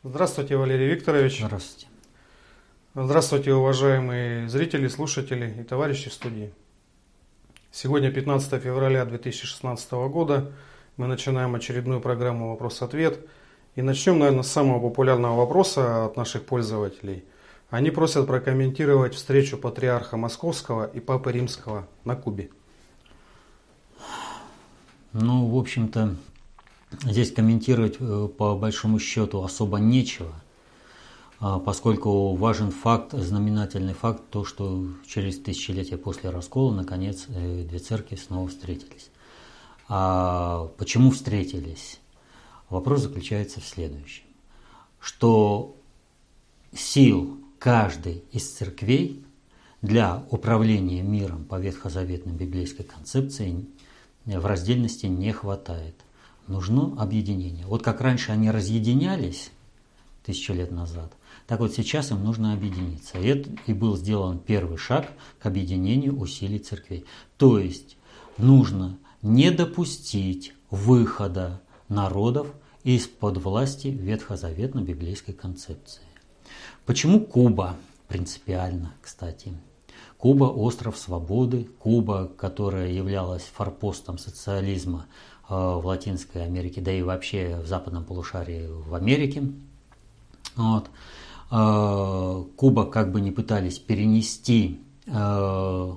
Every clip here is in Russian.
Здравствуйте, Валерий Викторович. Здравствуйте. Здравствуйте, уважаемые зрители, слушатели и товарищи в студии. Сегодня 15 февраля 2016 года. Мы начинаем очередную программу «Вопрос-ответ». И начнем, наверное, с самого популярного вопроса от наших пользователей. Они просят прокомментировать встречу патриарха Московского и Папы Римского на Кубе. В общем-то, здесь комментировать по большому счету особо нечего, поскольку важен факт, знаменательный факт, то, что через тысячелетия после раскола, наконец, две церкви снова встретились. А почему встретились? Вопрос заключается в следующем, что сил каждой из церквей для управления миром по ветхозаветной библейской концепции в раздельности не хватает. Нужно объединение. Вот как раньше они разъединялись 1000 лет назад, так вот сейчас им нужно объединиться. И был сделан первый шаг к объединению усилий церквей. То есть нужно не допустить выхода народов из-под власти ветхозаветной библейской концепции. Почему Куба принципиально, кстати? Куба – остров свободы, Куба, которая являлась форпостом социализма в Латинской Америке, да и вообще в западном полушарии в Америке. Куба, как бы ни пытались перенести в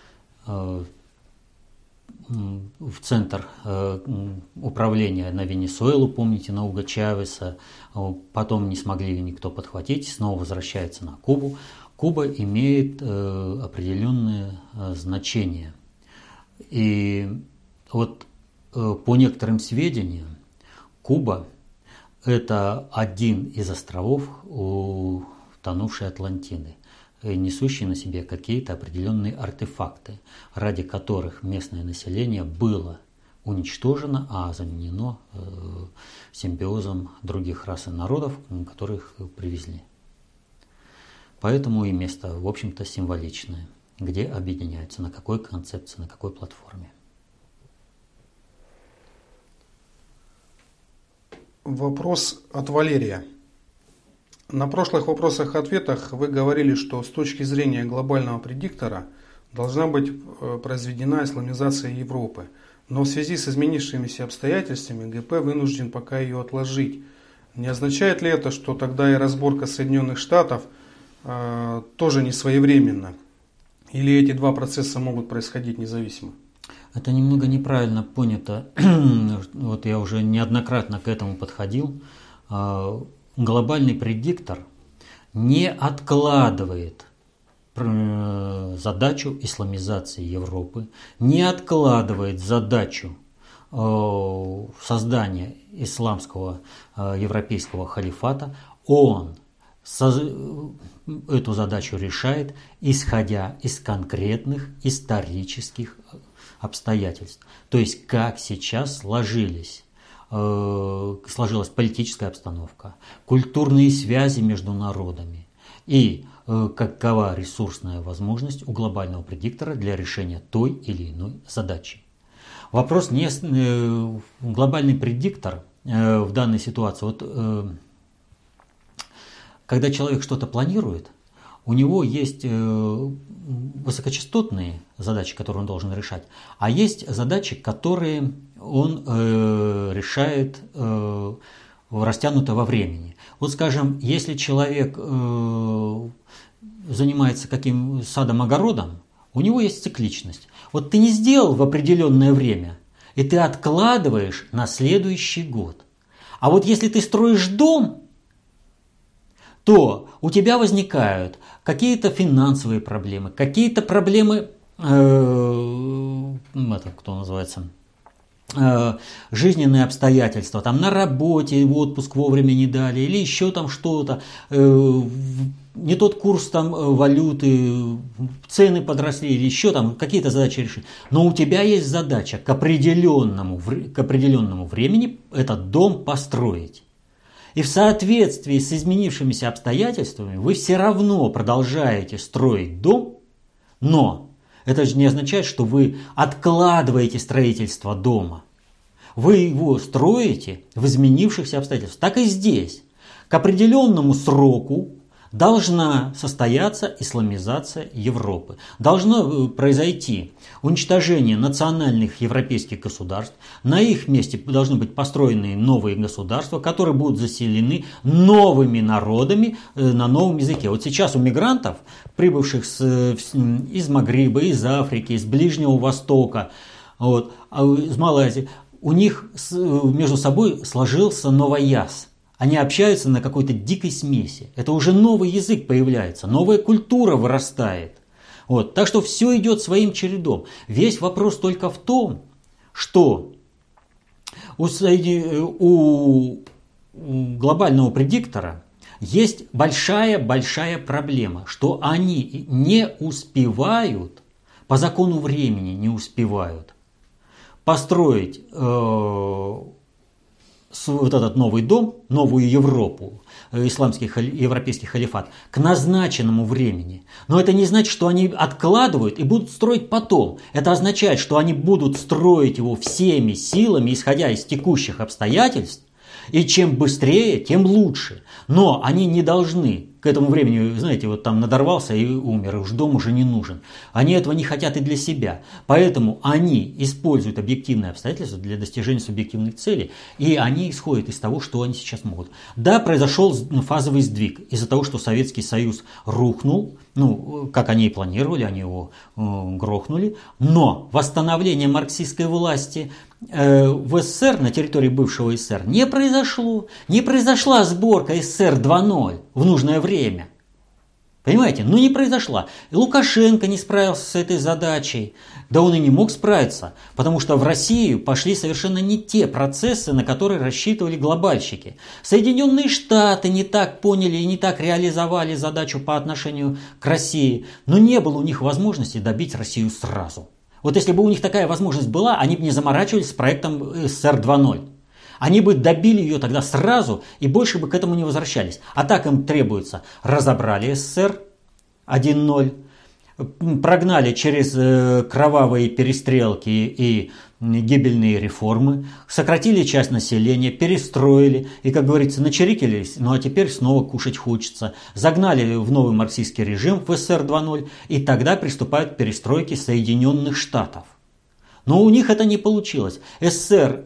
центр управления на Венесуэлу, помните, на Уго Чавеса, потом не смогли никто подхватить, снова возвращается на Кубу. Куба имеет определенное значение. И вот по некоторым сведениям, Куба – это один из островов утонувшей Атлантиды, несущий на себе какие-то определенные артефакты, ради которых местное население было уничтожено, а заменено симбиозом других рас и народов, которых привезли. Поэтому и место, в общем-то, символичное, где объединяются, на какой концепции, на какой платформе. Вопрос от Валерия. На прошлых вопросах-ответах вы говорили, что с точки зрения глобального предиктора должна быть произведена исламизация Европы. Но в связи с изменившимися обстоятельствами ГП вынужден пока ее отложить. Не означает ли это, что тогда и разборка Соединенных Штатов тоже не своевременно? Или эти два процесса могут происходить независимо? Это немного неправильно понято. Вот я уже неоднократно к этому подходил. Глобальный предиктор не откладывает задачу исламизации Европы, не откладывает задачу создания исламского европейского халифата. Он эту задачу решает, исходя из конкретных исторических обстоятельств. То есть, как сейчас сложилась политическая обстановка, культурные связи между народами и какова ресурсная возможность у глобального предиктора для решения той или иной задачи. Вопрос не глобальный предиктор в данной ситуации. Вот, когда человек что-то планирует, у него есть высокочастотные задачи, которые он должен решать, а есть задачи, которые он решает растянуто во времени. Вот, скажем, если человек занимается каким садом-огородом, у него есть цикличность. Вот ты не сделал в определенное время, и ты откладываешь на следующий год. А вот если ты строишь дом, то у тебя возникают какие-то финансовые проблемы, какие-то проблемы, жизненные обстоятельства, там на работе отпуск вовремя не дали, или еще там что-то, не тот курс там валюты, цены подросли, или еще там какие-то задачи решить. Но у тебя есть задача к определенному времени этот дом построить. И в соответствии с изменившимися обстоятельствами вы все равно продолжаете строить дом, но это же не означает, что вы откладываете строительство дома. Вы его строите в изменившихся обстоятельствах. Так и здесь. к определенному сроку должна состояться исламизация Европы. Должно произойти уничтожение национальных европейских государств. На их месте должны быть построены новые государства, которые будут заселены новыми народами на новом языке. Вот сейчас у мигрантов, прибывших из Магриба, из Африки, из Ближнего Востока, из Малой Азии, у них между собой сложился новояз. Они общаются на какой-то дикой смеси. Это уже новый язык появляется, новая культура вырастает. Так что все идет своим чередом. Весь вопрос только в том, что у глобального предиктора есть большая проблема, что они не успевают, по закону времени не успевают построить этот новый дом, новую Европу, исламский европейский халифат, к назначенному времени. Но это не значит, что они откладывают и будут строить потом. Это означает, что они будут строить его всеми силами, исходя из текущих обстоятельств, и чем быстрее, тем лучше. Но они не должны к этому времени, знаете, там надорвался и умер, и уж дом уже не нужен. Они этого не хотят и для себя. Поэтому они используют объективные обстоятельства для достижения субъективных целей, и они исходят из того, что они сейчас могут. Да, произошел фазовый сдвиг из-за того, что Советский Союз рухнул, как они и планировали, они его грохнули, но восстановление марксистской власти в СССР, на территории бывшего СССР, не произошло. Не произошла сборка СССР 2.0 в нужное время. Понимаете? Не произошла. И Лукашенко не справился с этой задачей. Да он и не мог справиться, потому что в Россию пошли совершенно не те процессы, на которые рассчитывали глобальщики. Соединенные Штаты не так поняли и не так реализовали задачу по отношению к России, но не было у них возможности добить Россию сразу. Если бы у них такая возможность была, они бы не заморачивались с проектом СССР 2.0. Они бы добили ее тогда сразу и больше бы к этому не возвращались. А так им требуется: разобрали СССР 1.0, прогнали через кровавые перестрелки и гибельные реформы, сократили часть населения, перестроили и, как говорится, начерикились, а теперь снова кушать хочется. Загнали в новый марксистский режим в СССР 2.0 и тогда приступают к перестройке Соединенных Штатов. Но у них это не получилось. СССР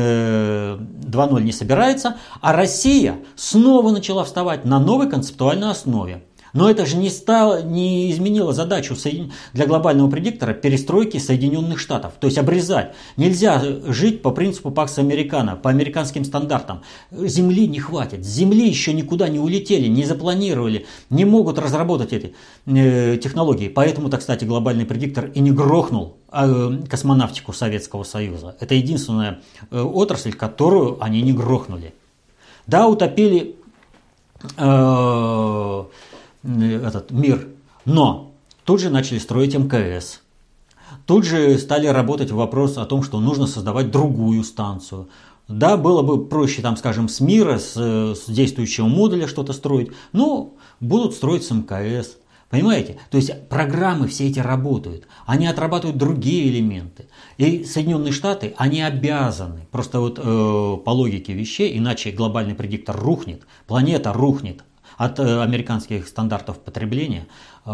2.0 не собирается, а Россия снова начала вставать на новой концептуальной основе. Но это же не изменило задачу для глобального предиктора перестройки Соединенных Штатов. То есть обрезать. Нельзя жить по принципу Пакс Американо, по американским стандартам. Земли не хватит. С Земли еще никуда не улетели, не запланировали, не могут разработать эти технологии. Поэтому-то, кстати, глобальный предиктор и не грохнул космонавтику Советского Союза. Это единственная отрасль, которую они не грохнули. Да, утопили этот мир, но тут же начали строить МКС. Тут же стали работать в вопрос о том, что нужно создавать другую станцию. Да, было бы проще, с мира, с действующего модуля что-то строить, но будут строить с МКС. Понимаете? То есть программы все эти работают, они отрабатывают другие элементы. И Соединенные Штаты, они обязаны, просто по логике вещей, иначе глобальный предиктор рухнет, планета рухнет от американских стандартов потребления,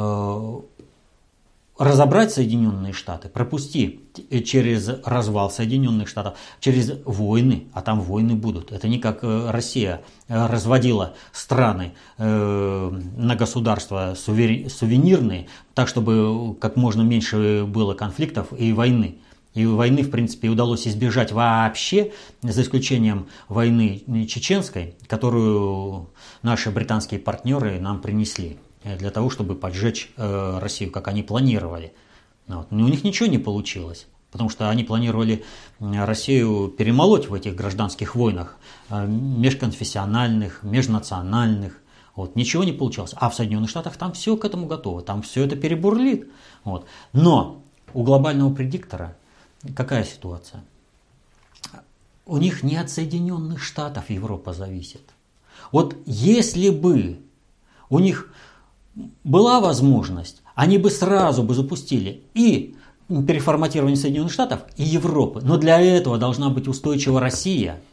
разобрать Соединенные Штаты, пропусти через развал Соединенных Штатов, через войны, а там войны будут. Это не как Россия разводила страны на государства сувенирные, так чтобы как можно меньше было конфликтов и войны. И войны, в принципе, удалось избежать вообще, за исключением войны чеченской, которую наши британские партнеры нам принесли для того, чтобы поджечь Россию, как они планировали. Но у них ничего не получилось, потому что они планировали Россию перемолоть в этих гражданских войнах, межконфессиональных, межнациональных. Ничего не получалось. А в Соединенных Штатах там все к этому готово, там все это перебурлит. Но у глобального предиктора какая ситуация? У них не от Соединенных Штатов Европа зависит. Если бы у них была возможность, они бы сразу запустили и переформатирование Соединенных Штатов, и Европы. Но для этого должна быть устойчива Россия.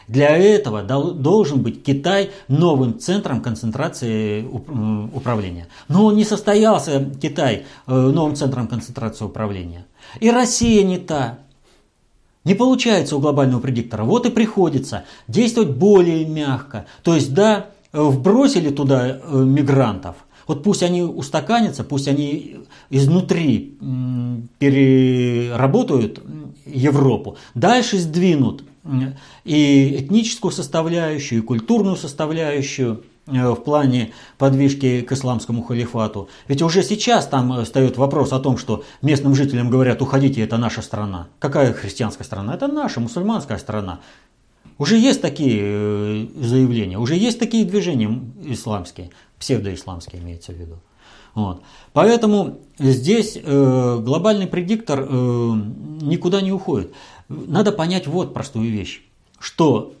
Для этого должен быть Китай новым центром концентрации управления. Но он не состоялся, Китай, новым центром концентрации управления. И Россия не та. Не получается у глобального предиктора. Вот и приходится действовать более мягко. То есть, да, вбросили туда мигрантов. Вот пусть они устаканятся, пусть они изнутри переработают Европу, дальше сдвинут и этническую составляющую, и культурную составляющую в плане подвижки к исламскому халифату. Ведь уже сейчас там встает вопрос о том, что местным жителям говорят: уходите, это наша страна. Какая христианская страна? Это наша мусульманская страна. Уже есть такие заявления, уже есть такие движения исламские, псевдоисламские имеется в виду. Вот. Поэтому здесь глобальный предиктор никуда не уходит. Надо понять вот простую вещь, что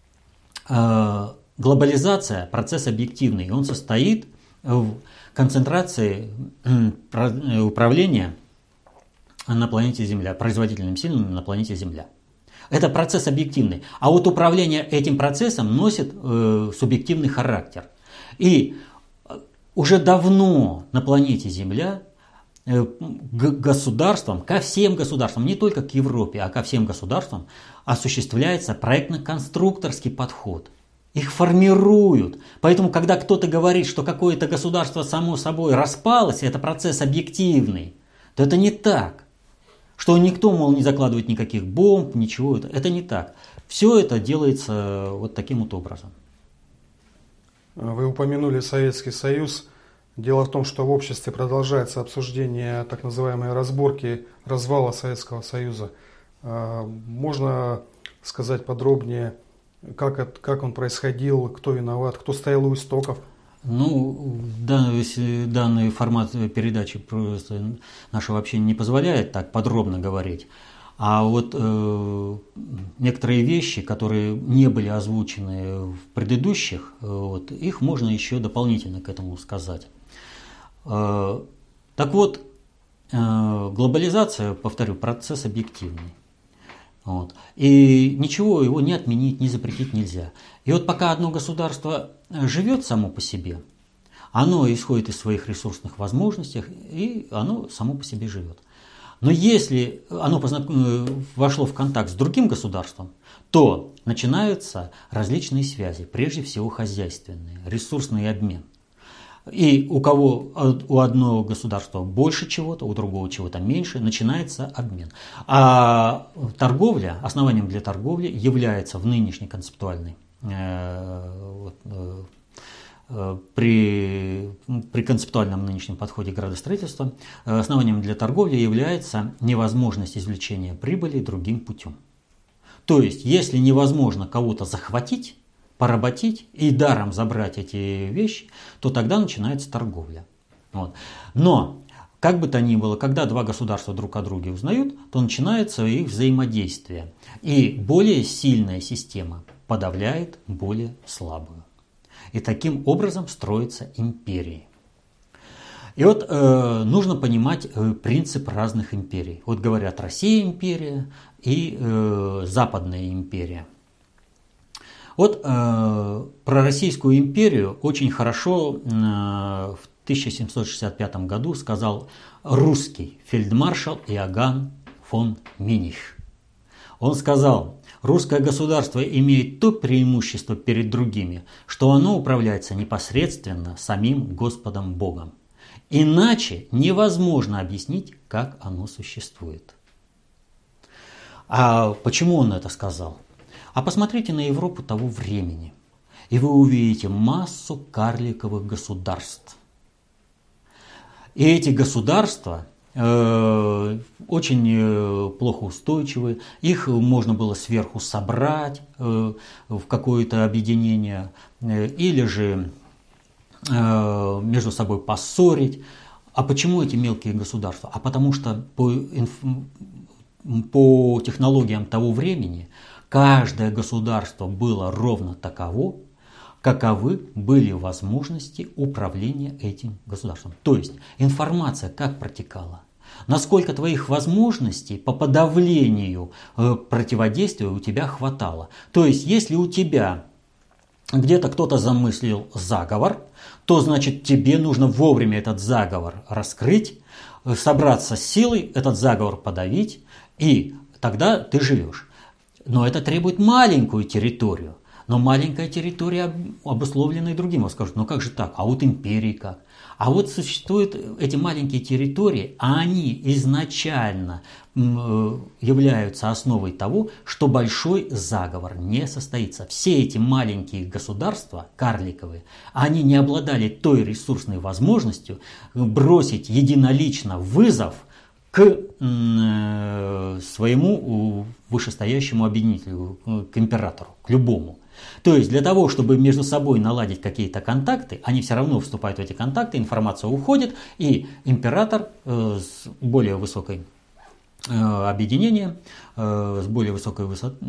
глобализация – процесс объективный, он состоит в концентрации управления на планете Земля, производительным силам на планете Земля. Это процесс объективный. А вот управление этим процессом носит субъективный характер. И уже давно на планете Земля государствам, ко всем государствам, не только к Европе, а ко всем государствам осуществляется проектно-конструкторский подход. Их формируют. Поэтому, когда кто-то говорит, что какое-то государство само собой распалось, это процесс объективный, то это не так. Что никто, мол, не закладывает никаких бомб, ничего. Это не так. Все это делается вот таким вот образом. Вы упомянули Советский Союз. Дело в том, что в обществе продолжается обсуждение так называемой разборки развала Советского Союза. Можно сказать подробнее, как он происходил, кто виноват, кто стоял у истоков? Ну, данный формат передачи просто нашего общения не позволяет так подробно говорить. А вот некоторые вещи, которые не были озвучены в предыдущих, вот, их можно еще дополнительно к этому сказать. Так вот, глобализация, повторю, процесс объективный. Вот. И ничего его не отменить, не запретить нельзя. И вот пока одно государство живет само по себе, оно исходит из своих ресурсных возможностей, и оно само по себе живет. Но если оно вошло в контакт с другим государством, то начинаются различные связи, прежде всего хозяйственные, ресурсный обмен. И у одного государства больше чего-то, у другого чего-то меньше, начинается обмен. А торговля, основанием для торговли является в нынешней концептуальной, при концептуальном нынешнем подходе градостроительства, основанием для торговли является невозможность извлечения прибыли другим путем. То есть, если невозможно кого-то захватить, поработить и даром забрать эти вещи, то тогда начинается торговля. Вот. Но, как бы то ни было, когда два государства друг о друге узнают, то начинается их взаимодействие. И более сильная система подавляет более слабую. И таким образом строятся империи. И вот нужно понимать принцип разных империй. Вот говорят, Россия империя и Западная империя. Вот про Российскую империю очень хорошо в 1765 году сказал русский фельдмаршал Иоганн фон Миних. Он сказал: русское государство имеет то преимущество перед другими, что оно управляется непосредственно самим Господом Богом. Иначе невозможно объяснить, как оно существует. А почему он это сказал? А посмотрите на Европу того времени, и вы увидите массу карликовых государств. И эти государства очень плохо устойчивы, их можно было сверху собрать в какое-то объединение, или же между собой поссорить. А почему эти мелкие государства? А потому что по технологиям того времени каждое государство было ровно таково, каковы были возможности управления этим государством. То есть информация как протекала? насколько твоих возможностей по подавлению противодействия у тебя хватало. То есть, если у тебя где-то кто-то замыслил заговор, то значит тебе нужно вовремя этот заговор раскрыть, собраться с силой, этот заговор подавить, и тогда ты живешь. Но это требует маленькую территорию. Но маленькая территория обусловлена и другим. Он скажет, ну как же так? А вот империи как? А вот существуют эти маленькие территории, а они изначально являются основой того, что большой заговор не состоится. Все эти маленькие государства, карликовые, они не обладали той ресурсной возможностью бросить единолично вызов к своему вышестоящему объединителю, к императору, к любому. То есть для того, чтобы между собой наладить какие-то контакты, они все равно вступают в эти контакты, информация уходит, и император с более высокой объединением, с более высокой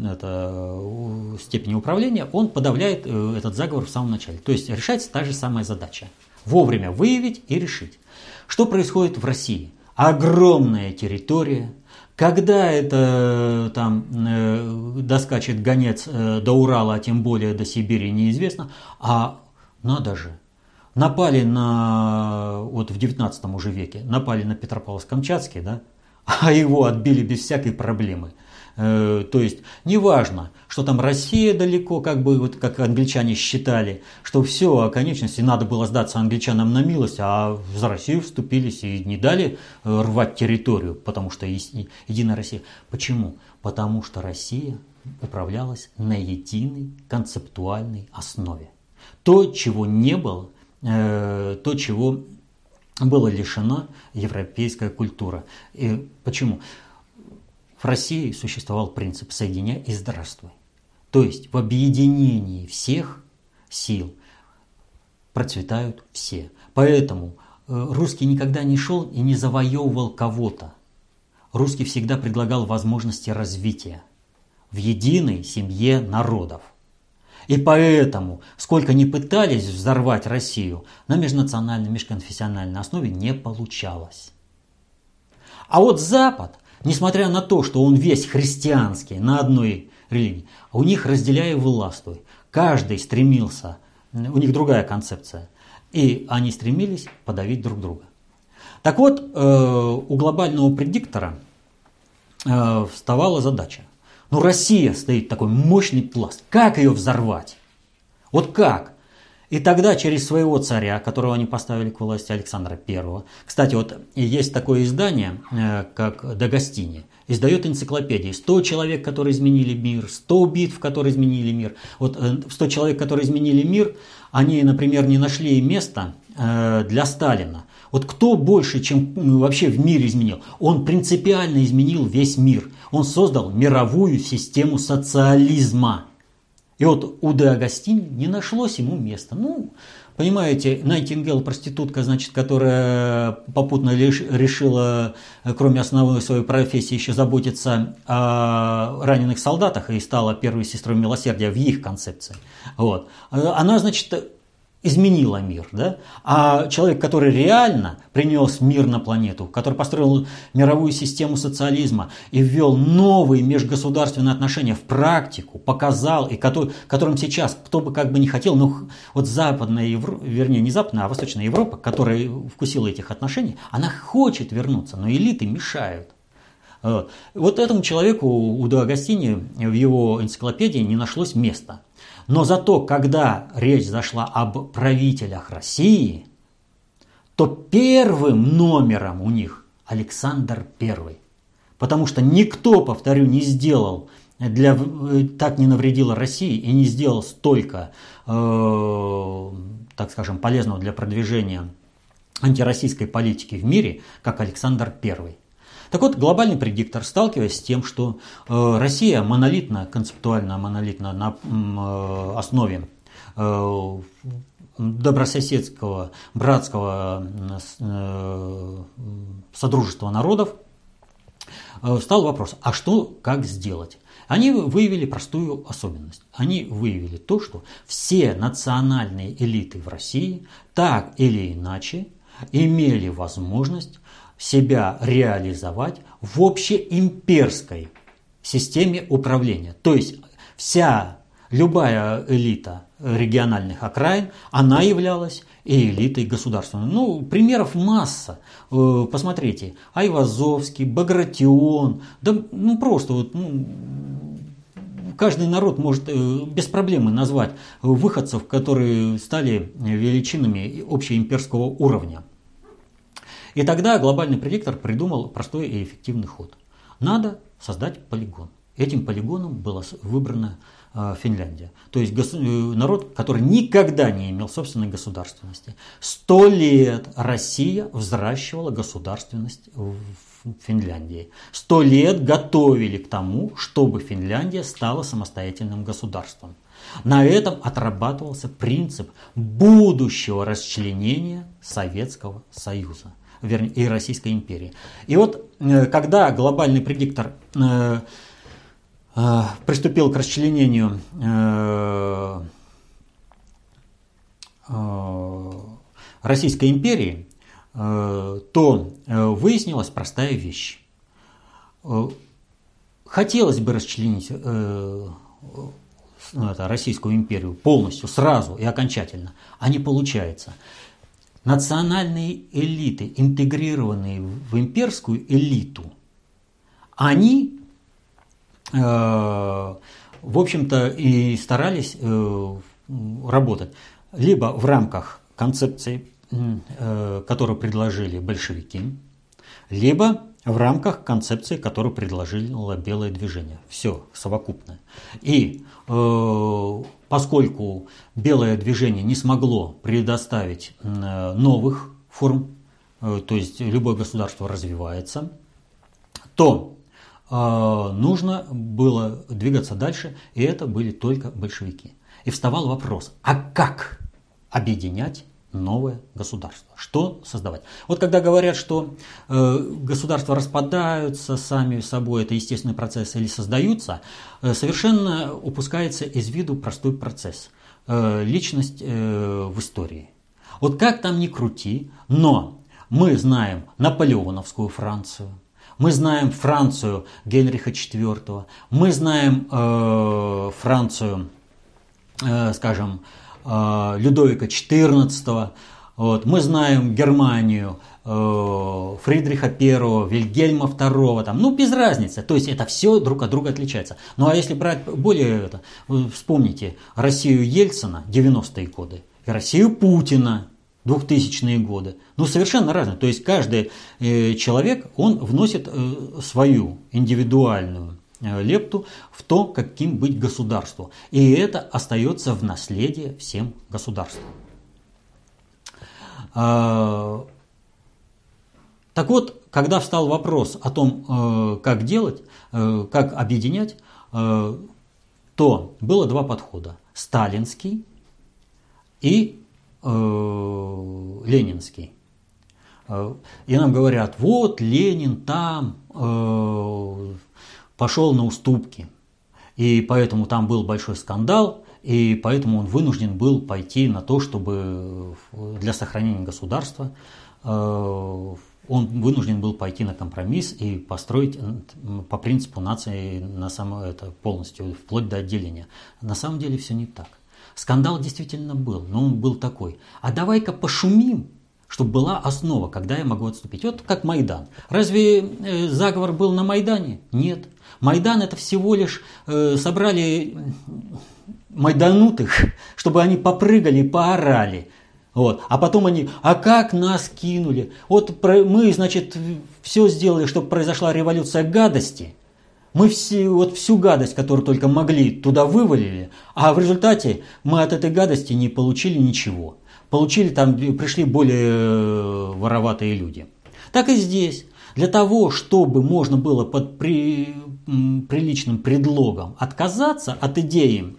степенью управления, он подавляет этот заговор в самом начале. То есть решается та же самая задача. Вовремя выявить и решить. Что происходит в России? Огромная территория. Когда это там доскачет гонец до Урала, а тем более до Сибири, неизвестно. А надо же. Напали вот в 19 уже веке, напали на Петропавловск-Камчатский, да, а его отбили без всякой проблемы. То есть неважно, что там Россия далеко, как бы вот как англичане считали, что все, о конечности надо было сдаться англичанам на милость, а за Россию вступились и не дали рвать территорию, потому что единая Россия. Почему? Потому что Россия управлялась на единой концептуальной основе. То, чего не было, то, чего была лишена европейская культура. И почему? В России существовал принцип «соединяй и здравствуй». То есть в объединении всех сил процветают все. Поэтому русский никогда не шел и не завоевывал кого-то. Русский всегда предлагал возможности развития в единой семье народов. И поэтому, сколько ни пытались взорвать Россию, на межнациональной, межконфессиональной основе не получалось. А вот Запад, несмотря на то, что он весь христианский, на одной религии, у них разделяя и властвуй. Каждый стремился, у них другая концепция, и они стремились подавить друг друга. Так вот, у глобального предиктора вставала задача. Ну, Россия стоит такой мощный пласт. Как ее взорвать? Вот как? И тогда через своего царя, которого они поставили к власти, Александра I. Кстати, вот есть такое издание, как Дагостини, издает энциклопедии. 100 человек, которые изменили мир, 100 битв, которые изменили мир. Вот 100 человек, которые изменили мир, они, например, не нашли места для Сталина. Вот кто больше, чем вообще в мире изменил? Он принципиально изменил весь мир. Он создал мировую систему социализма. И вот у Де Агостини не нашлось ему места. Ну, понимаете, Найтингейл, проститутка, значит, которая попутно решила, кроме основной своей профессии, еще заботиться о раненых солдатах и стала первой сестрой милосердия в их концепции. Вот. Она, значит, изменила мир, да? А человек, который реально принес мир на планету, который построил мировую систему социализма и ввел новые межгосударственные отношения в практику, показал, и которым сейчас кто бы как бы не хотел, но вот западная Европа, вернее не западная, а восточная Европа, которая вкусила этих отношений, она хочет вернуться, но элиты мешают. Вот этому человеку, у Де Агостини, в его энциклопедии не нашлось места. Но зато, когда речь зашла об правителях России, то первым номером у них Александр I. Потому что никто, повторю, не сделал, так не навредил России и не сделал столько, так скажем, полезного для продвижения антироссийской политики в мире, как Александр I. Так вот, глобальный предиктор, сталкиваясь с тем, что Россия монолитна, концептуально монолитна на основе добрососедского, братского содружества народов, встал вопрос, а что, как сделать? Они выявили простую особенность. Они выявили то, что все национальные элиты в России так или иначе имели возможность себя реализовать в общеимперской системе управления. То есть любая элита региональных окраин, она являлась и элитой государственной. Примеров масса. Посмотрите, Айвазовский, Багратион, просто каждый народ может без проблемы назвать выходцев, которые стали величинами общеимперского уровня. И тогда глобальный предиктор придумал простой и эффективный ход. Надо создать полигон. Этим полигоном была выбрана Финляндия. То есть народ, который никогда не имел собственной государственности. 100 лет Россия взращивала государственность в Финляндии. 100 лет готовили к тому, чтобы Финляндия стала самостоятельным государством. На этом отрабатывался принцип будущего расчленения Советского Союза, вернее, и Российской империи. И вот когда глобальный предиктор приступил к расчленению Российской империи, то выяснилась простая вещь. Хотелось бы расчленить Российскую империю полностью, сразу и окончательно, а не получается. Национальные элиты, интегрированные в имперскую элиту, они, в общем-то, и старались работать либо в рамках концепции, которую предложили большевики, либо в рамках концепции, которую предложило Белое движение. Все совокупное. И поскольку Белое движение не смогло предоставить новых форм, то есть любое государство развивается, то нужно было двигаться дальше, и это были только большевики. И вставал вопрос, а как объединять новое государство? Что создавать? Вот когда говорят, что государства распадаются сами собой, это естественный процесс, или создаются, совершенно упускается из виду простой процесс. Личность в истории. Вот как там ни крути, но мы знаем наполеоновскую Францию, мы знаем Францию Генриха IV, мы знаем Францию, скажем, Людовика XIV, мы знаем Германию Фридриха I, Вильгельма II, без разницы, то есть это все друг от друга отличается. Ну а если брать более вспомните Россию Ельцина 90-е годы и Россию Путина 2000-е годы, совершенно разные. То есть каждый человек, он вносит свою индивидуальную лепту в то, каким быть государству. И это остается в наследие всем государствам. Так вот, когда встал вопрос о том, как делать, как объединять, то было два подхода. Сталинский и ленинский. И нам говорят, вот Ленин там пошел на уступки, и поэтому там был большой скандал, и поэтому он вынужден был пойти на то, чтобы для сохранения государства он вынужден был пойти на компромисс и построить по принципу нации полностью, вплоть до отделения. На самом деле все не так. Скандал действительно был, но он был такой. А давай-ка пошумим, чтобы была основа, когда я могу отступить. Вот как Майдан. Разве заговор был на Майдане? Нет. Майдан это всего лишь собрали майданутых, чтобы они попрыгали, поорали. А потом они, а как нас кинули? Мы, все сделали, чтобы произошла революция гадости. Мы всю гадость, которую только могли, туда вывалили, а в результате мы от этой гадости не получили ничего. Пришли более вороватые люди. Так и здесь. Для того, чтобы можно было под приличным предлогом отказаться от идеи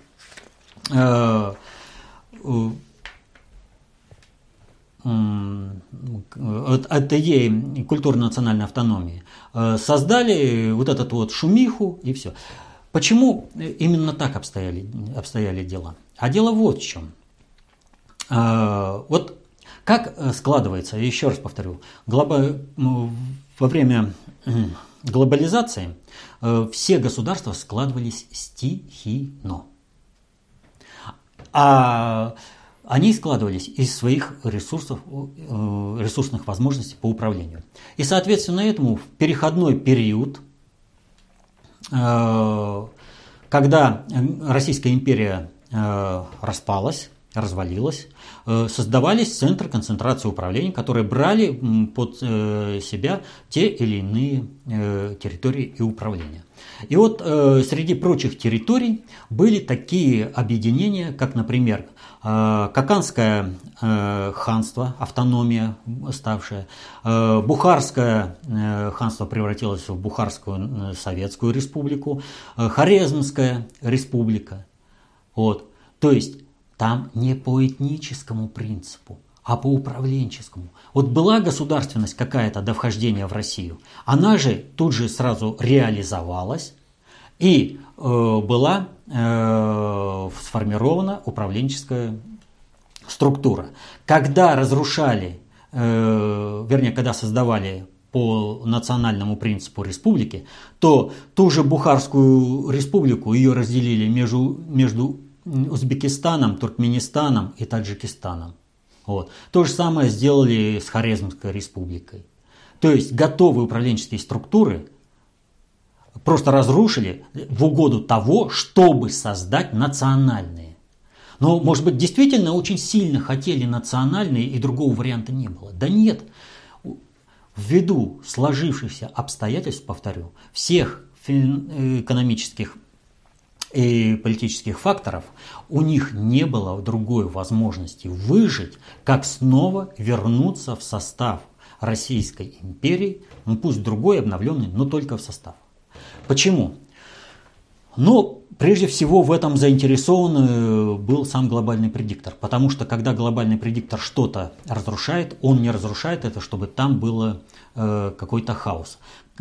культурно-национальной автономии, создали эту шумиху и все. Почему именно так обстояли дела? А дело вот в чем. Как складывается, еще раз повторю, во время глобализации все государства складывались стихийно. А они складывались из своих ресурсных возможностей по управлению. И, соответственно, этому в переходной период, когда Российская империя распалась, развалилась, создавались центры концентрации управления, которые брали под себя те или иные территории и управления. И вот среди прочих территорий были такие объединения, как, например, Каканское ханство, автономия ставшая, Бухарское ханство превратилось в Бухарскую Советскую Республику, Хорезмская Республика. Вот. То есть там не по этническому принципу, а по управленческому. Вот была государственность какая-то до вхождения в Россию, она же тут же сразу реализовалась и была сформирована управленческая структура. Когда разрушали, когда создавали по национальному принципу республики, то ту же Бухарскую республику ее разделили между Узбекистаном, Туркменистаном и Таджикистаном. Вот. То же самое сделали с Хорезмской республикой. То есть готовые управленческие структуры просто разрушили в угоду того, чтобы создать национальные. Но, может быть, действительно очень сильно хотели национальные, и другого варианта не было. Да нет. Ввиду сложившихся обстоятельств, повторю, всех экономических и политических факторов, у них не было другой возможности выжить, как снова вернуться в состав Российской империи, пусть другой, обновленный, но только в состав. Почему? Ну, прежде всего в этом заинтересован был сам глобальный предиктор, потому что когда глобальный предиктор что-то разрушает, он не разрушает это, чтобы там был какой-то хаос.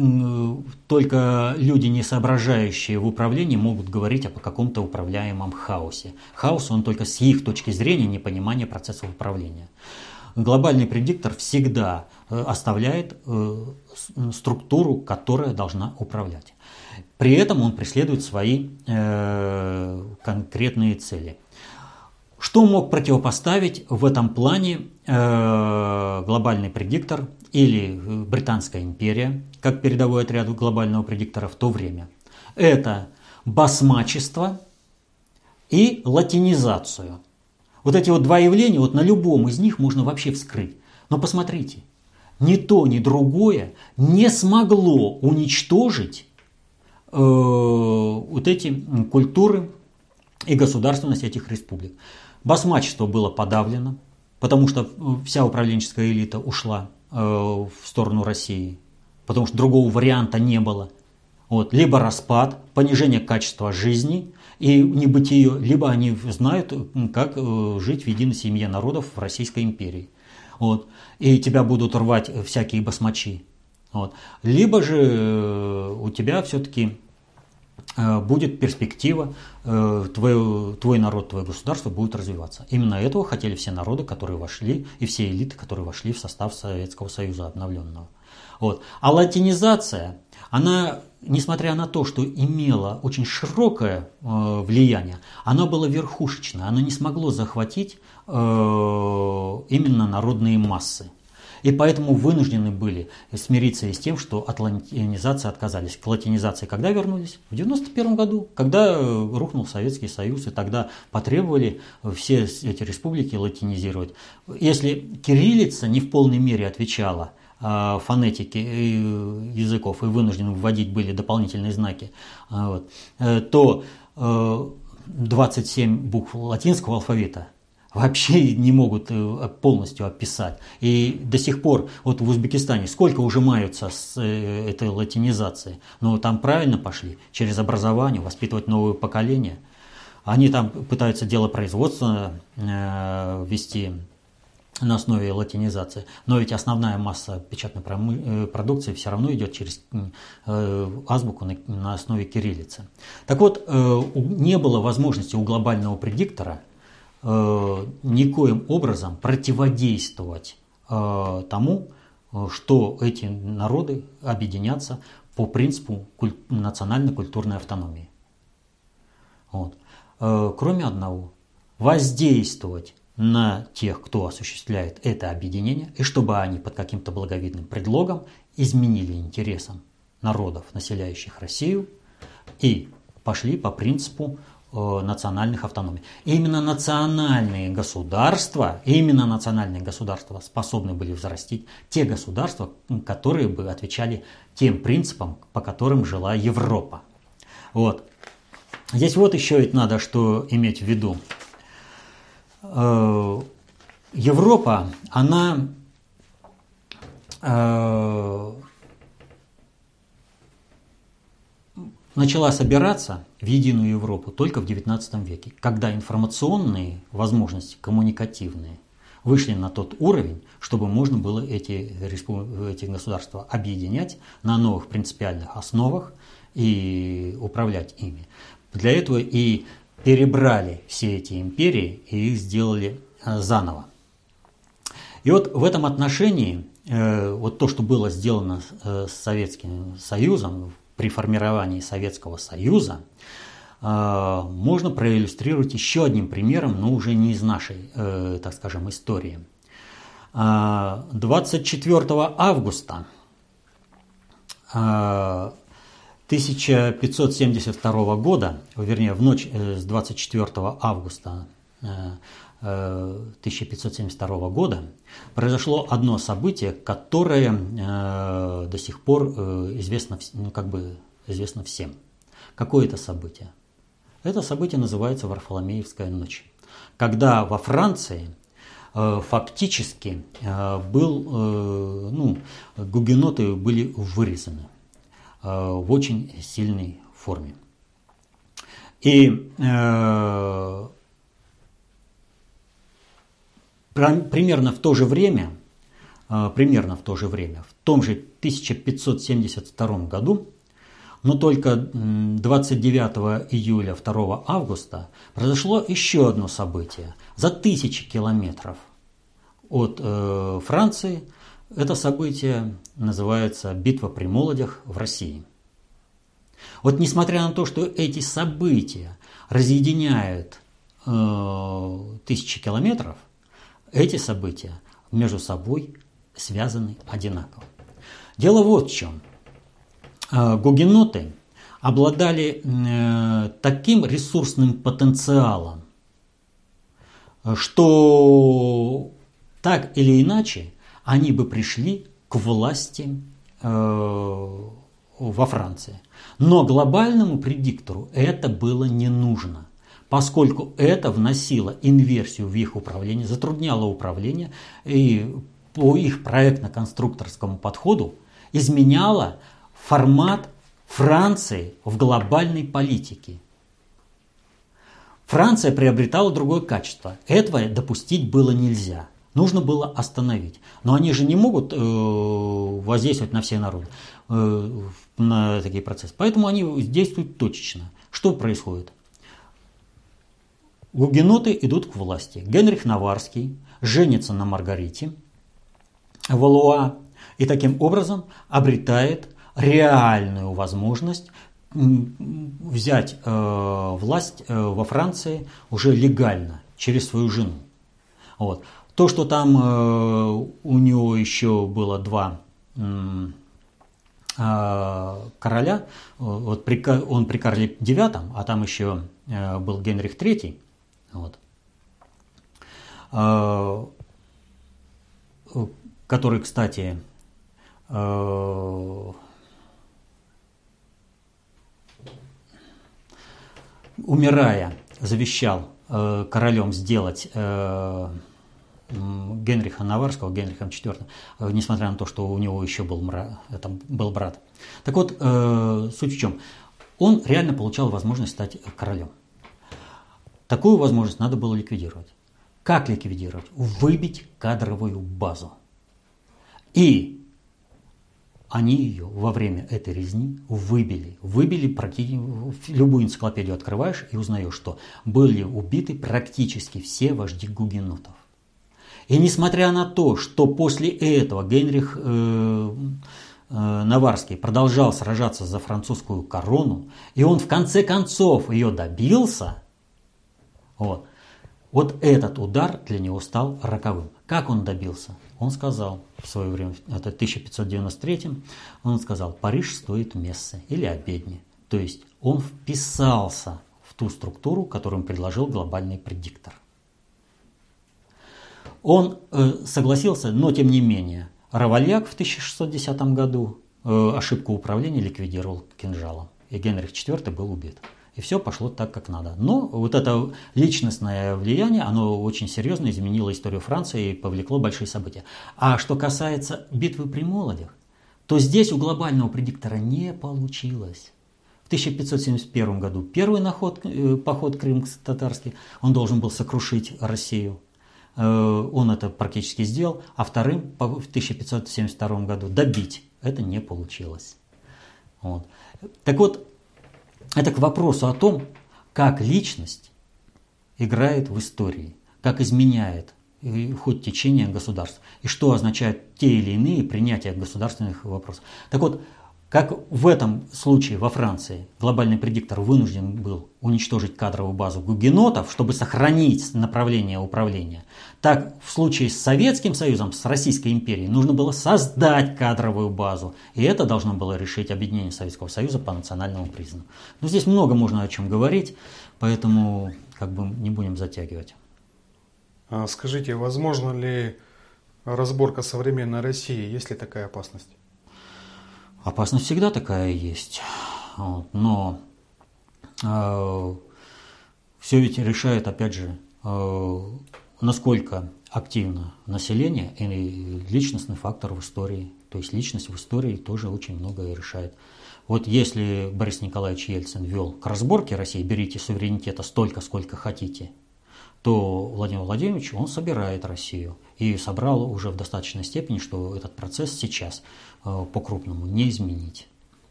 Только люди, не соображающие в управлении, могут говорить о каком-то управляемом хаосе. Хаос, он только с их точки зрения непонимания процессов управления. Глобальный предиктор всегда оставляет структуру, которая должна управлять. При этом он преследует свои конкретные цели. Что мог противопоставить в этом плане глобальный предиктор или Британская империя, как передовой отряд глобального предиктора в то время? Это басмачество и латинизацию. Вот эти вот два явления, вот на любом из них можно вообще вскрыть. Но посмотрите, ни то, ни другое не смогло уничтожить вот эти культуры и государственность этих республик. Басмачество было подавлено, потому что вся управленческая элита ушла в сторону России, потому что другого варианта не было. Вот. Либо распад, понижение качества жизни и небытие, либо они знают, как жить в единой семье народов в Российской империи. Вот. И тебя будут рвать всякие басмачи. Вот. Либо же у тебя все-таки будет перспектива, твой народ, твое государство будет развиваться. Именно этого хотели все народы, которые вошли, и все элиты, которые вошли в состав Советского Союза обновленного. Вот. А латинизация, она, несмотря на то, что имела очень широкое влияние, она была верхушечная, она не смогла захватить именно народные массы. И поэтому вынуждены были смириться и с тем, что от латинизации отказались. К латинизации когда вернулись? В 1991 году, когда рухнул Советский Союз, и тогда потребовали все эти республики латинизировать. Если кириллица не в полной мере отвечала фонетике языков и вынуждены вводить были дополнительные знаки, то 27 букв латинского алфавита вообще не могут полностью описать. И до сих пор, вот в Узбекистане, сколько уже маются с этой латинизацией, но там правильно пошли, через образование, воспитывать новое поколение. Они там пытаются дело производства вести на основе латинизации, но ведь основная масса печатной продукции все равно идет через азбуку на основе кириллицы. Так вот, не было возможности у глобального предиктора никоим образом противодействовать тому, что эти народы объединятся по принципу национально-культурной автономии. Вот. Кроме одного, воздействовать на тех, кто осуществляет это объединение, и чтобы они под каким-то благовидным предлогом изменили интересам народов, населяющих Россию, и пошли по принципу национальных автономий. Именно национальные государства способны были взрастить те государства, которые бы отвечали тем принципам, по которым жила Европа. Вот. Здесь вот еще ведь надо что иметь в виду. Европа, она начала собираться в единую Европу только в XIX веке, когда информационные возможности, коммуникативные, вышли на тот уровень, чтобы можно было эти государства объединять на новых принципиальных основах и управлять ими. Для этого и перебрали все эти империи и их сделали заново. И вот в этом отношении вот то, что было сделано с Советским Союзом при формировании Советского Союза, можно проиллюстрировать еще одним примером, но уже не из нашей, так скажем, истории. 24 августа 1572 года, вернее, в ночь с 24 августа 1572 года произошло одно событие, которое до сих пор известно, известно всем. Какое это событие? Это событие называется Варфоломеевская ночь, когда во Франции фактически гугеноты были вырезаны в очень сильной форме. И примерно в то же время, в том же 1572 году, но только 29 июля 2 августа произошло еще одно событие. За 1000 километров от Франции это событие называется «Битва при Молодях» в России. Вот несмотря на то, что эти события разъединяют 1000 километров, эти события между собой связаны одинаково. Дело вот в чем. Гугеноты обладали таким ресурсным потенциалом, что так или иначе они бы пришли к власти во Франции. Но глобальному предиктору это было не нужно, поскольку это вносило инверсию в их управление, затрудняло управление и по их проектно-конструкторскому подходу изменяло формат Франции в глобальной политике. Франция приобретала другое качество. Этого допустить было нельзя. Нужно было остановить. Но они же не могут воздействовать на все народы, на такие процессы. Поэтому они действуют точечно. Что происходит? Гугеноты идут к власти. Генрих Наварский женится на Маргарите Валуа и таким образом обретает реальную возможность взять власть во Франции уже легально, через свою жену. Вот. То, что там у него еще было два короля, вот он при Карле IX, а там еще был Генрих III, вот, который, кстати, умирая, завещал королем сделать Генриха Наварского, Генрихом IV, несмотря на то, что у него еще был брат. Так вот, суть в чем? Он реально получал возможность стать королем. Такую возможность надо было ликвидировать. Как ликвидировать? Выбить кадровую базу. И они ее во время этой резни выбили. Выбили практически, любую энциклопедию открываешь и узнаешь, что были убиты практически все вожди гугенотов. И несмотря на то, что после этого Генрих Наварский продолжал сражаться за французскую корону, и он в конце концов ее добился, вот этот удар для него стал роковым. Как он добился? Он сказал в свое время, это 1593, он сказал: Париж стоит мессы или обедни. То есть он вписался в ту структуру, которую предложил глобальный предиктор. Он согласился, но тем не менее, Равальяк в 1610 году ошибку управления ликвидировал кинжалом, и Генрих IV был убит. И все пошло так, как надо. Но вот это личностное влияние, оно очень серьезно изменило историю Франции и повлекло большие события. А что касается битвы при Молодях, то здесь у глобального предиктора не получилось. В 1571 году первый поход крымско-татарский, он должен был сокрушить Россию. Он это практически сделал, а вторым в 1572 году добить это не получилось. Вот. Так вот, это к вопросу о том, как личность играет в истории, как изменяет ход течения государств, и что означают те или иные принятия государственных вопросов. Так вот, как в этом случае во Франции глобальный предиктор вынужден был уничтожить кадровую базу гугенотов, чтобы сохранить направление управления, так в случае с Советским Союзом, с Российской империей, нужно было создать кадровую базу. И это должно было решить объединение Советского Союза по национальному признаку. Но здесь много можно о чем говорить, поэтому не будем затягивать. Скажите, возможно ли разборка современной России? Есть ли такая опасность? Опасность всегда такая есть, но все ведь решает, опять же, насколько активно население и личностный фактор в истории. То есть личность в истории тоже очень многое решает. Вот если Борис Николаевич Ельцин вел к разборке России, берите суверенитета столько, сколько хотите, то Владимир Владимирович, он собирает Россию. И собрал уже в достаточной степени, что этот процесс сейчас по-крупному не изменить.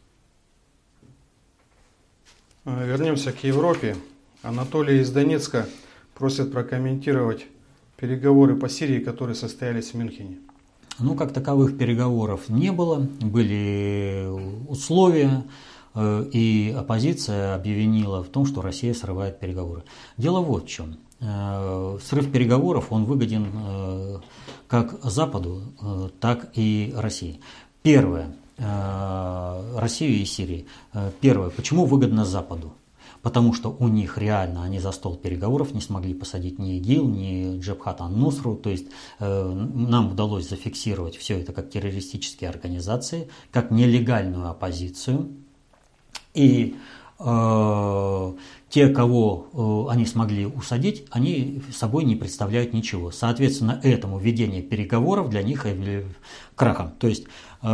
Вернемся к Европе. Анатолий из Донецка просит прокомментировать переговоры по Сирии, которые состоялись в Мюнхене. Как таковых переговоров не было. Были условия, и оппозиция объявила в том, что Россия срывает переговоры. Дело вот в чем. Срыв переговоров, он выгоден как Западу, так и России. Первое. Россию и Сирии. Первое. Почему выгодно Западу? Потому что у них реально они за стол переговоров не смогли посадить ни ИГИЛ, ни Джабхат ан-Нусру. То есть нам удалось зафиксировать все это как террористические организации, как нелегальную оппозицию. И те, кого они смогли усадить, они собой не представляют ничего. Соответственно, этому ведение переговоров для них крахом. То есть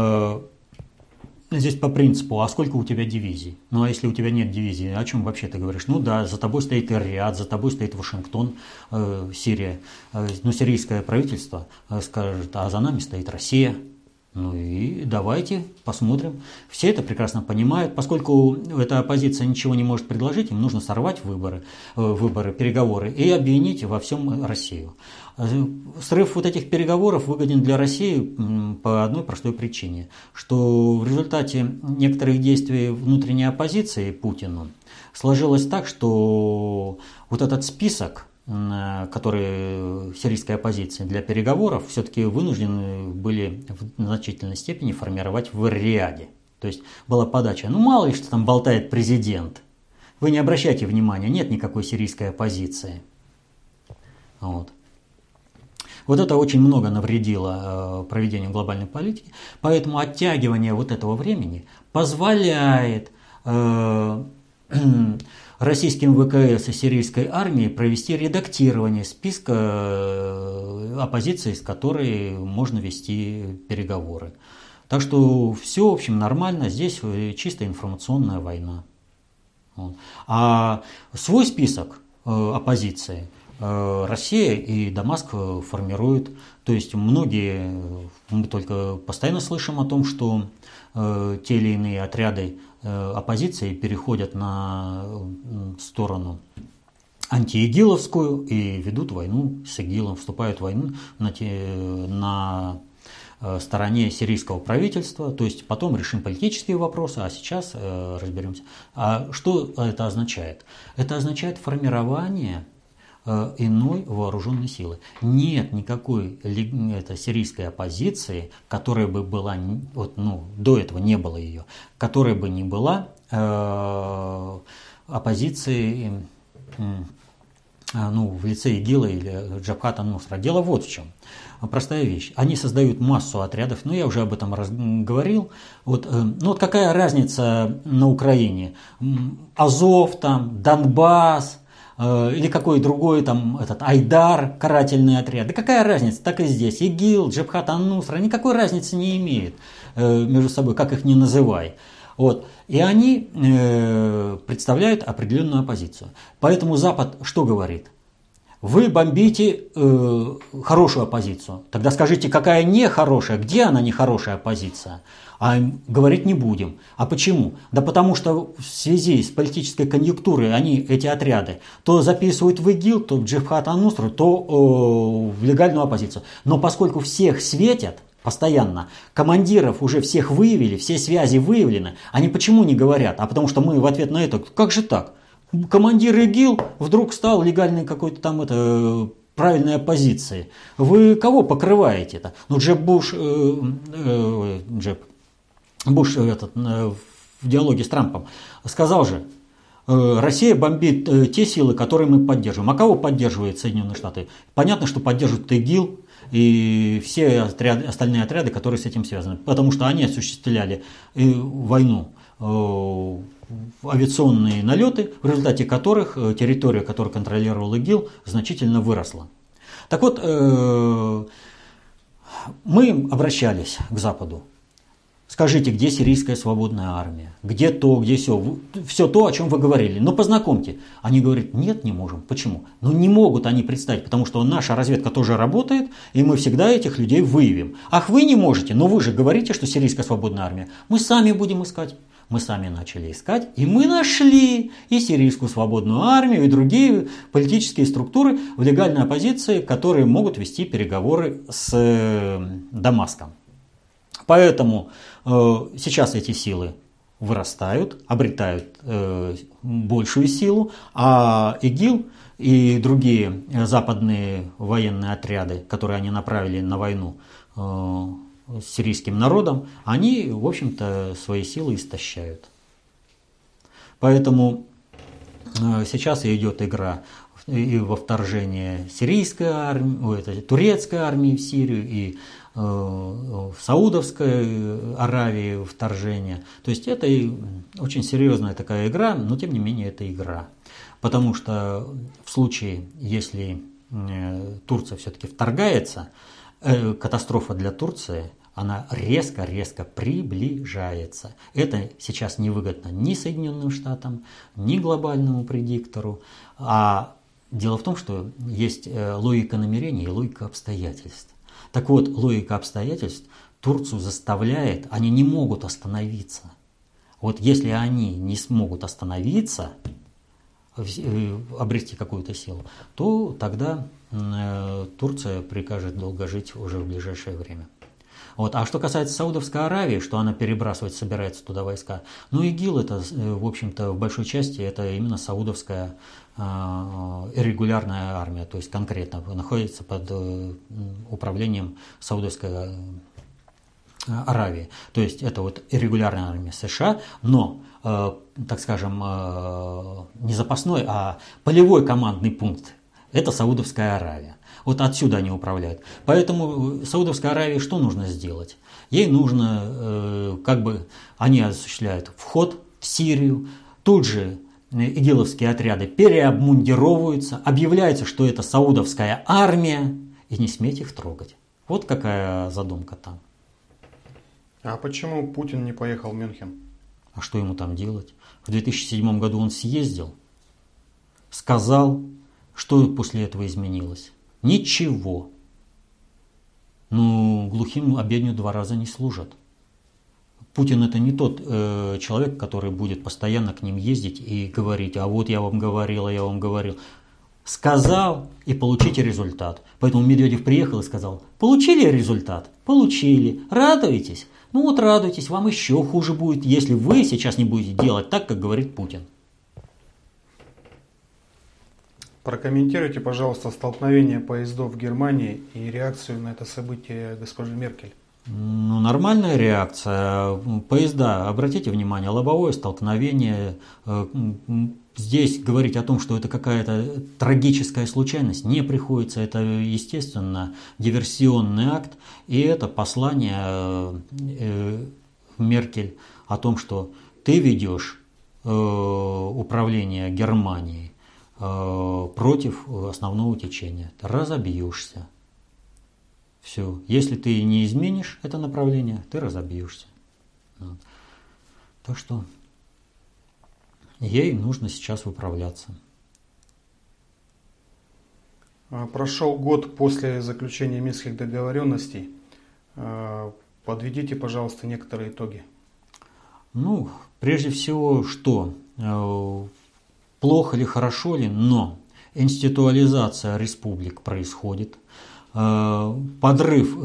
здесь по принципу, а сколько у тебя дивизий? А если у тебя нет дивизии, о чем вообще ты говоришь? За тобой стоит Эр-Рияд, за тобой стоит Вашингтон, Сирия. Сирийское правительство скажет, а за нами стоит Россия. И давайте посмотрим. Все это прекрасно понимают. Поскольку эта оппозиция ничего не может предложить, им нужно сорвать выборы, переговоры и обвинить во всем Россию. Срыв этих переговоров выгоден для России по одной простой причине, что в результате некоторых действий внутренней оппозиции Путину сложилось так, что вот этот список, которые сирийской оппозиции для переговоров все-таки вынуждены были в значительной степени формировать в Эр-Рияде. То есть была подача, мало ли что там болтает президент. Вы не обращайте внимания, нет никакой сирийской оппозиции. Вот это очень много навредило проведению глобальной политики, поэтому оттягивание вот этого времени позволяет российским ВКС и сирийской армии провести редактирование списка оппозиции, с которой можно вести переговоры. Так что все, в общем, нормально, здесь чисто информационная война. А свой список оппозиции Россия и Дамаск формируют. То есть многие, мы только постоянно слышим о том, что те или иные отряды оппозиции переходят на сторону антиигиловскую и ведут войну с ИГИЛом, вступают в войну на стороне сирийского правительства. То есть потом решим политические вопросы, а сейчас разберемся. А что это означает? Это означает формирование иной вооруженной силы. Нет никакой сирийской оппозиции, которая бы была, до этого не было ее, которая бы не была оппозицией в лице ИГИЛа или Джабхат ан-Нусра. Дело вот в чем. Простая вещь. Они создают массу отрядов, я уже об этом говорил. Вот какая разница на Украине? Азов, Донбасс, или какой другой Айдар, карательный отряд. Да какая разница, так и здесь. ИГИЛ, Джабхат ан-Нусра, никакой разницы не имеет между собой, как их ни называй. И они представляют определенную оппозицию. Поэтому Запад что говорит? Вы бомбите хорошую оппозицию. Тогда скажите, какая нехорошая, где она нехорошая оппозиция? А говорить не будем. А почему? Да потому что в связи с политической конъюнктурой они, эти отряды, то записывают в ИГИЛ, то в Джабхат ан-Нусру, то в легальную оппозицию. Но поскольку всех светят постоянно, командиров уже всех выявили, все связи выявлены, они почему не говорят? А потому что мы в ответ на это, как же так? Командир ИГИЛ вдруг стал легальной какой-то правильной оппозицией. Вы кого покрываете-то? Джеб Буш в диалоге с Трампом сказал же, Россия бомбит те силы, которые мы поддерживаем. А кого поддерживают Соединенные Штаты? Понятно, что поддерживают ИГИЛ и все остальные отряды, которые с этим связаны. Потому что они осуществляли войну, авиационные налеты, в результате которых территория, которую контролировал ИГИЛ, значительно выросла. Так вот, мы обращались к Западу. Скажите, где сирийская свободная армия? Где то, где все? Все то, о чем вы говорили. Но познакомьте. Они говорят, нет, не можем. Почему? Не могут они представить, потому что наша разведка тоже работает, и мы всегда этих людей выявим. Ах, вы не можете, но вы же говорите, что сирийская свободная армия. Мы сами будем искать. Мы сами начали искать, и мы нашли и сирийскую свободную армию, и другие политические структуры в легальной оппозиции, которые могут вести переговоры с Дамаском. Поэтому сейчас эти силы вырастают, обретают большую силу, а ИГИЛ и другие западные военные отряды, которые они направили на войну с сирийским народом, они, в общем-то, свои силы истощают. Поэтому сейчас идет игра и во вторжение сирийской армии, турецкой армии в Сирию, и в Саудовской Аравии вторжение. То есть это очень серьезная такая игра, но тем не менее это игра. Потому что в случае, если Турция все-таки вторгается, катастрофа для Турции, она резко-резко приближается. Это сейчас невыгодно ни Соединенным Штатам, ни глобальному предиктору. А дело в том, что есть логика намерений и логика обстоятельств. Так вот, логика обстоятельств Турцию заставляет, они не могут остановиться. Вот если они не смогут остановиться, обрести какую-то силу, то тогда Турция прикажет долго жить уже в ближайшее время. А что касается Саудовской Аравии, что она перебрасывать собирается туда войска, ИГИЛ это, в общем-то, в большой части это именно саудовская регулярная армия, то есть конкретно находится под управлением Саудовской Аравии. То есть это регулярная армия США, но, так скажем, не запасной, а полевой командный пункт – это Саудовская Аравия. Отсюда они управляют. Поэтому Саудовской Аравии что нужно сделать? Ей нужно, они осуществляют вход в Сирию, тут же игиловские отряды переобмундировываются, объявляется, что это саудовская армия, и не сметь их трогать. Вот какая задумка там. А почему Путин не поехал в Мюнхен? А что ему там делать? В 2007 году он съездил, сказал, Что после этого изменилось? Ничего. Ну, глухим обедню 2 раза не служат. Путин это не тот человек, который будет постоянно к ним ездить и говорить: а вот я вам говорил, а я вам говорил. Сказал и получите результат. Поэтому Медведев приехал и сказал: получили результат? Получили. Радуетесь? Ну вот радуйтесь, вам еще хуже будет, если вы сейчас не будете делать так, как говорит Путин. Прокомментируйте, пожалуйста, столкновение поездов в Германии и реакцию на это событие госпожи Меркель. Ну, нормальная реакция. Поезда, обратите внимание, лобовое столкновение. Здесь говорить о том, что это какая-то трагическая случайность, не приходится. Это, естественно, диверсионный акт. И это послание Меркель о том, что ты ведешь управление Германией против основного течения. Ты разобьешься. Все. Если ты не изменишь это направление, ты разобьешься. Вот. Так что ей нужно сейчас выправляться. Прошел год после заключения Минских договоренностей. Подведите, пожалуйста, некоторые итоги. Ну, прежде всего, что? Плохо ли, хорошо ли, но институализация республик происходит. Подрыв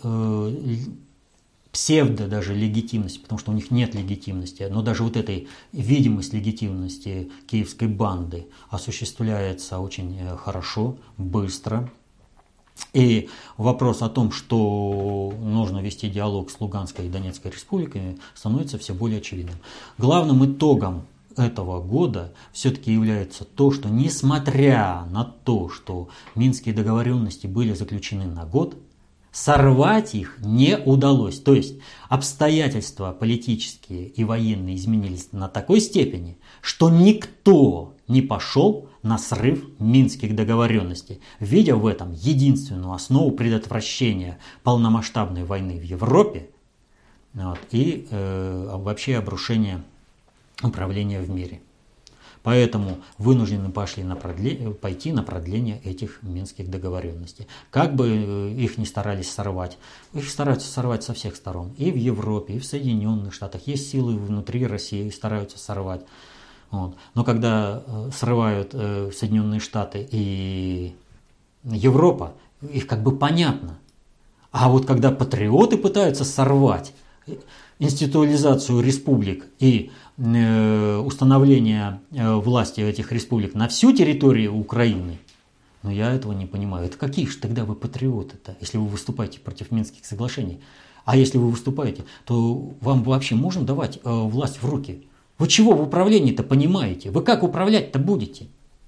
псевдо даже легитимности, потому что у них нет легитимности, но даже вот этой видимость легитимности киевской банды осуществляется очень хорошо, быстро. И вопрос о том, что нужно вести диалог с Луганской и Донецкой республиками, становится все более очевидным. Главным итогом этого года все-таки является то, что несмотря на то, что Минские договоренности были заключены на год, сорвать их не удалось. То есть обстоятельства политические и военные изменились на такой степени, что никто не пошел на срыв Минских договоренностей, видя в этом единственную основу предотвращения полномасштабной войны в Европе и вообще обрушения управления в мире. Поэтому вынуждены пойти на продление этих Минских договоренностей. Как бы их ни старались сорвать, их стараются сорвать со всех сторон. И в Европе, и в Соединенных Штатах. Есть силы внутри России, стараются сорвать. Вот. Но когда срывают Соединенные Штаты и Европа, их как бы понятно. А вот когда патриоты пытаются сорвать институализацию республик и установление власти этих республик на всю территорию Украины, но я этого не понимаю. Это какие же тогда вы патриоты-то, если вы выступаете против Минских соглашений? А если вы выступаете, то вам вообще можно давать власть в руки? Вы чего в управлении-то понимаете? Вы как управлять-то будете?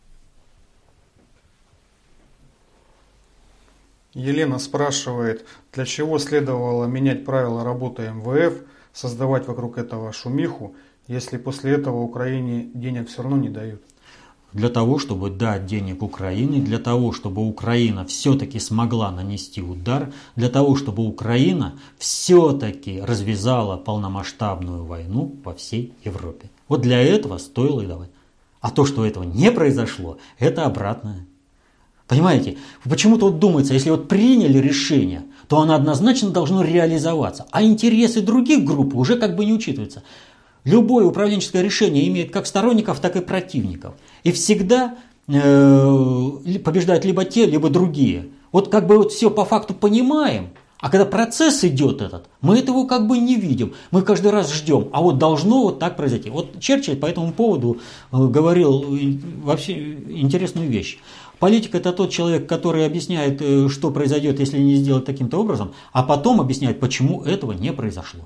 Елена спрашивает, для чего следовало менять правила работы МВФ, создавать вокруг этого шумиху, если после этого Украине денег все равно не дают? Для того, чтобы дать денег Украине, для того, чтобы Украина все-таки смогла нанести удар, для того, чтобы Украина все-таки развязала полномасштабную войну по всей Европе. Вот для этого стоило и давать. А то, что этого не произошло, это обратное. Понимаете, почему-то вот думается, если вот приняли решение, то оно однозначно должно реализоваться, а интересы других групп уже как бы не учитываются. Любое управленческое решение имеет как сторонников, так и противников. И всегда побеждают либо те, либо другие. Вот как бы вот все по факту понимаем, а когда процесс идет этот, мы этого как бы не видим. Мы каждый раз ждем, а вот должно вот так произойти. Вот Черчилль по этому поводу говорил вообще интересную вещь. Политик – это тот человек, который объясняет, что произойдет, если не сделать таким-то образом, а потом объясняет, почему этого не произошло.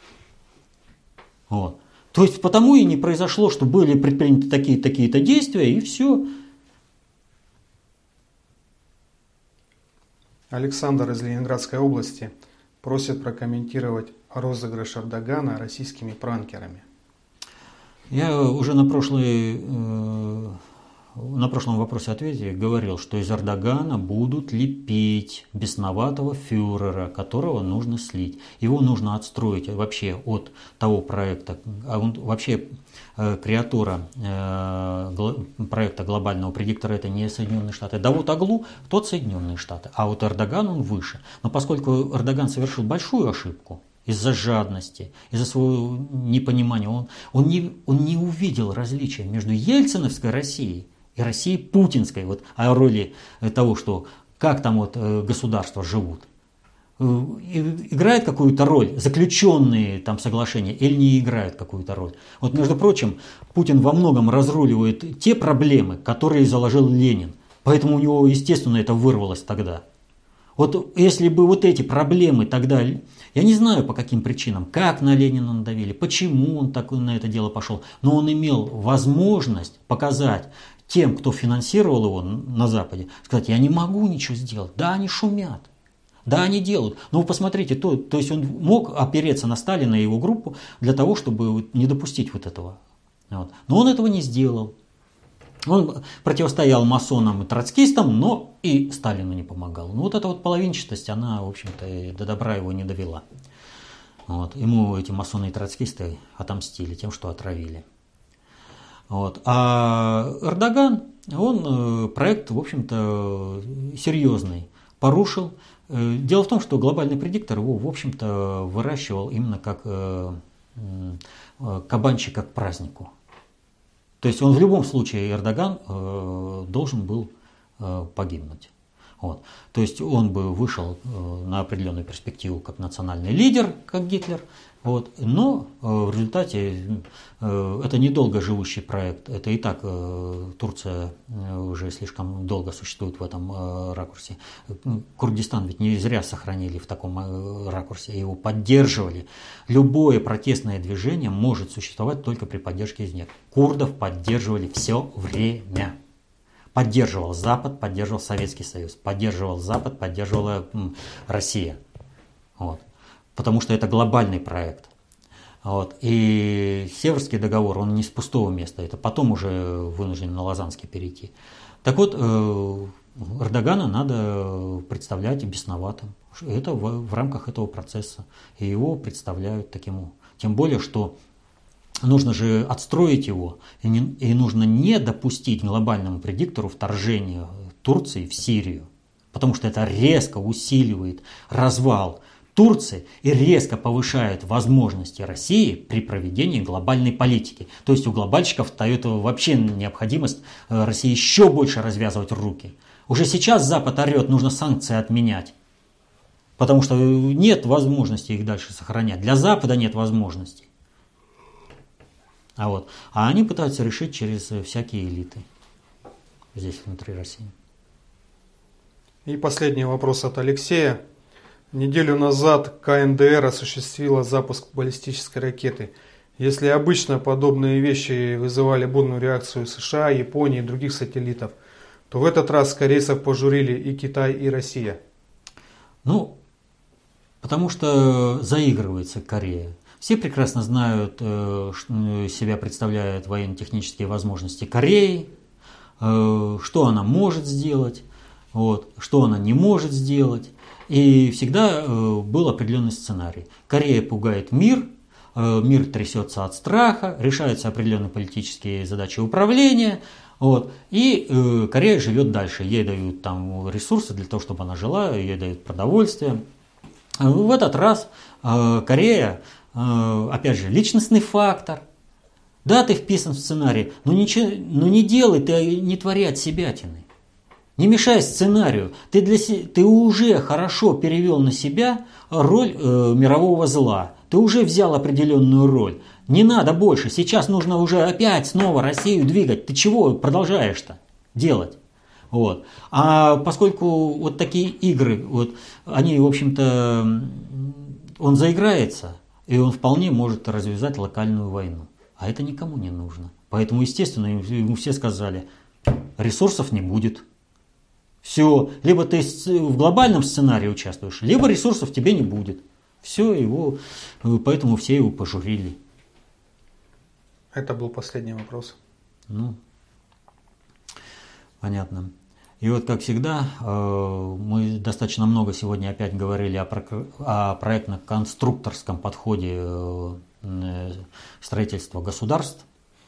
Вот. То есть потому и не произошло, что были предприняты такие-то действия, и все. Александр из Ленинградской области просит прокомментировать розыгрыш Эрдогана российскими пранкерами. Я уже на прошлой на прошлом вопросе-ответе говорил, что из Эрдогана будут лепить бесноватого фюрера, которого нужно слить. Его нужно отстроить вообще от того проекта, а он вообще креатура проекта глобального предиктора — это не Соединенные Штаты. Давутоглу — тот Соединенные Штаты, а вот Эрдоган он выше. Но поскольку Эрдоган совершил большую ошибку, из-за жадности, из-за своего непонимания, он не увидел различия между ельциновской Россией и Россией путинской, вот о роли того, что как там вот государства живут. Играет какую-то роль заключенные там соглашения или не играют какую-то роль. Вот, между прочим, Путин во многом разруливает те проблемы, которые заложил Ленин. Поэтому у него, естественно, это вырвалось тогда. Вот если бы вот эти проблемы тогда, я не знаю по каким причинам, как на Ленина надавили, почему он так на это дело пошел, но он имел возможность показать тем, кто финансировал его на Западе, сказать: я не могу ничего сделать. Да, они шумят, да, они делают. Но вы посмотрите, то есть он мог опереться на Сталина и его группу для того, чтобы не допустить вот этого. Вот. Но он этого не сделал. Он противостоял масонам и троцкистам, но и Сталину не помогал. Ну вот эта вот половинчатость, она, в общем-то, до добра его не довела. Вот. Ему эти масоны и троцкисты отомстили тем, что отравили. Вот. А Эрдоган, он проект, в общем-то, серьезный, порушил. Дело в том, что глобальный предиктор его, в общем-то, выращивал именно как кабанчика к празднику. То есть он в любом случае, Эрдоган, должен был погибнуть. Вот. То есть он бы вышел на определенную перспективу как национальный лидер, как Гитлер, вот. Но в результате это недолго живущий проект. Это и так Турция уже слишком долго существует в этом ракурсе. Курдистан ведь не зря сохранили в таком ракурсе, его поддерживали. Любое протестное движение может существовать только при поддержке извне. Курдов поддерживали все время. Поддерживал Запад, поддерживал Советский Союз, поддерживал Запад, поддерживала Россия. Вот. Потому что это глобальный проект. Вот. И Северский договор, он не с пустого места, это потом уже вынужден на Лозаннский перейти. Так вот, Эрдогана надо представлять бесноватым. Это в рамках этого процесса. И его представляют таким. Тем более, что нужно же отстроить его, и нужно не допустить глобальному предиктору вторжения Турции в Сирию, потому что это резко усиливает развал Турции и резко повышает возможности России при проведении глобальной политики. То есть у глобальщиков встает вообще необходимость России еще больше развязывать руки. Уже сейчас Запад орет, нужно санкции отменять, потому что нет возможности их дальше сохранять. Для Запада нет возможностей. А они пытаются решить через всякие элиты здесь, внутри России. И последний вопрос от Алексея. Неделю назад КНДР осуществила запуск баллистической ракеты. Если обычно подобные вещи вызывали бурную реакцию США, Японии и других сателлитов, то в этот раз корейцев пожурили и Китай, и Россия. Ну, потому что заигрывается Корея. Все прекрасно знают, себя представляют военно-технические возможности Кореи, что она может сделать, что она не может сделать. И всегда был определенный сценарий. Корея пугает мир, мир трясется от страха, решаются определенные политические задачи управления. И Корея живет дальше. Ей дают там ресурсы для того, чтобы она жила, ей дают продовольствие. В этот раз Корея, опять же, личностный фактор. Да, ты вписан в сценарий, но не делай, ты не твори от себятины. Не мешай сценарию. Ты уже хорошо перевел на себя роль мирового зла. Ты уже взял определенную роль. Не надо больше. Сейчас нужно уже опять снова Россию двигать. Ты чего продолжаешь-то делать? А поскольку вот такие игры, они, в общем-то, он заиграется, и он вполне может развязать локальную войну. А это никому не нужно. Поэтому, естественно, ему все сказали, ресурсов не будет. Все, либо ты в глобальном сценарии участвуешь, либо ресурсов тебе не будет. Все, поэтому все его пожурили. Это был последний вопрос. Понятно. И вот, как всегда, мы достаточно много сегодня опять говорили о проектно-конструкторском подходе строительства государств.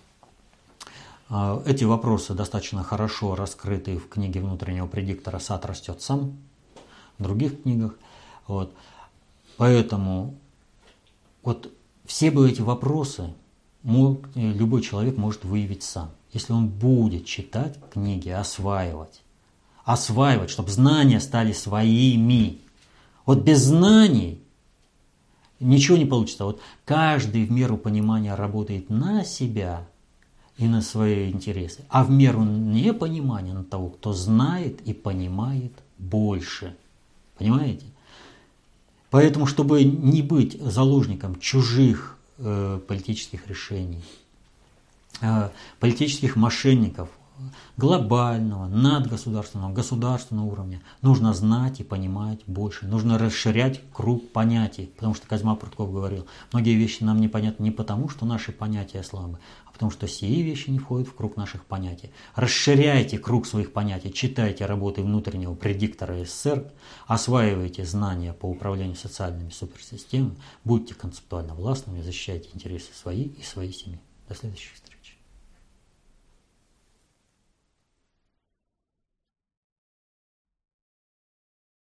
Эти вопросы достаточно хорошо раскрыты в книге внутреннего предиктора «Сад растет сам», в других книгах. Вот. Поэтому вот все бы эти вопросы любой человек может выявить сам, если он будет читать книги, осваивать, чтобы знания стали своими. Вот без знаний ничего не получится. Вот каждый в меру понимания работает на себя и на свои интересы, а в меру непонимания на того, кто знает и понимает больше. Понимаете? Поэтому, чтобы не быть заложником чужих политических решений, политических мошенников, глобального, надгосударственного, государственного уровня, нужно знать и понимать больше, нужно расширять круг понятий, потому что Козьма Прутков говорил, многие вещи нам непонятны не потому, что наши понятия слабы, а потому что сии вещи не входят в круг наших понятий. Расширяйте круг своих понятий, читайте работы внутреннего предиктора СССР, осваивайте знания по управлению социальными суперсистемами, будьте концептуально властными, защищайте интересы свои и своей семьи. До следующих встреч.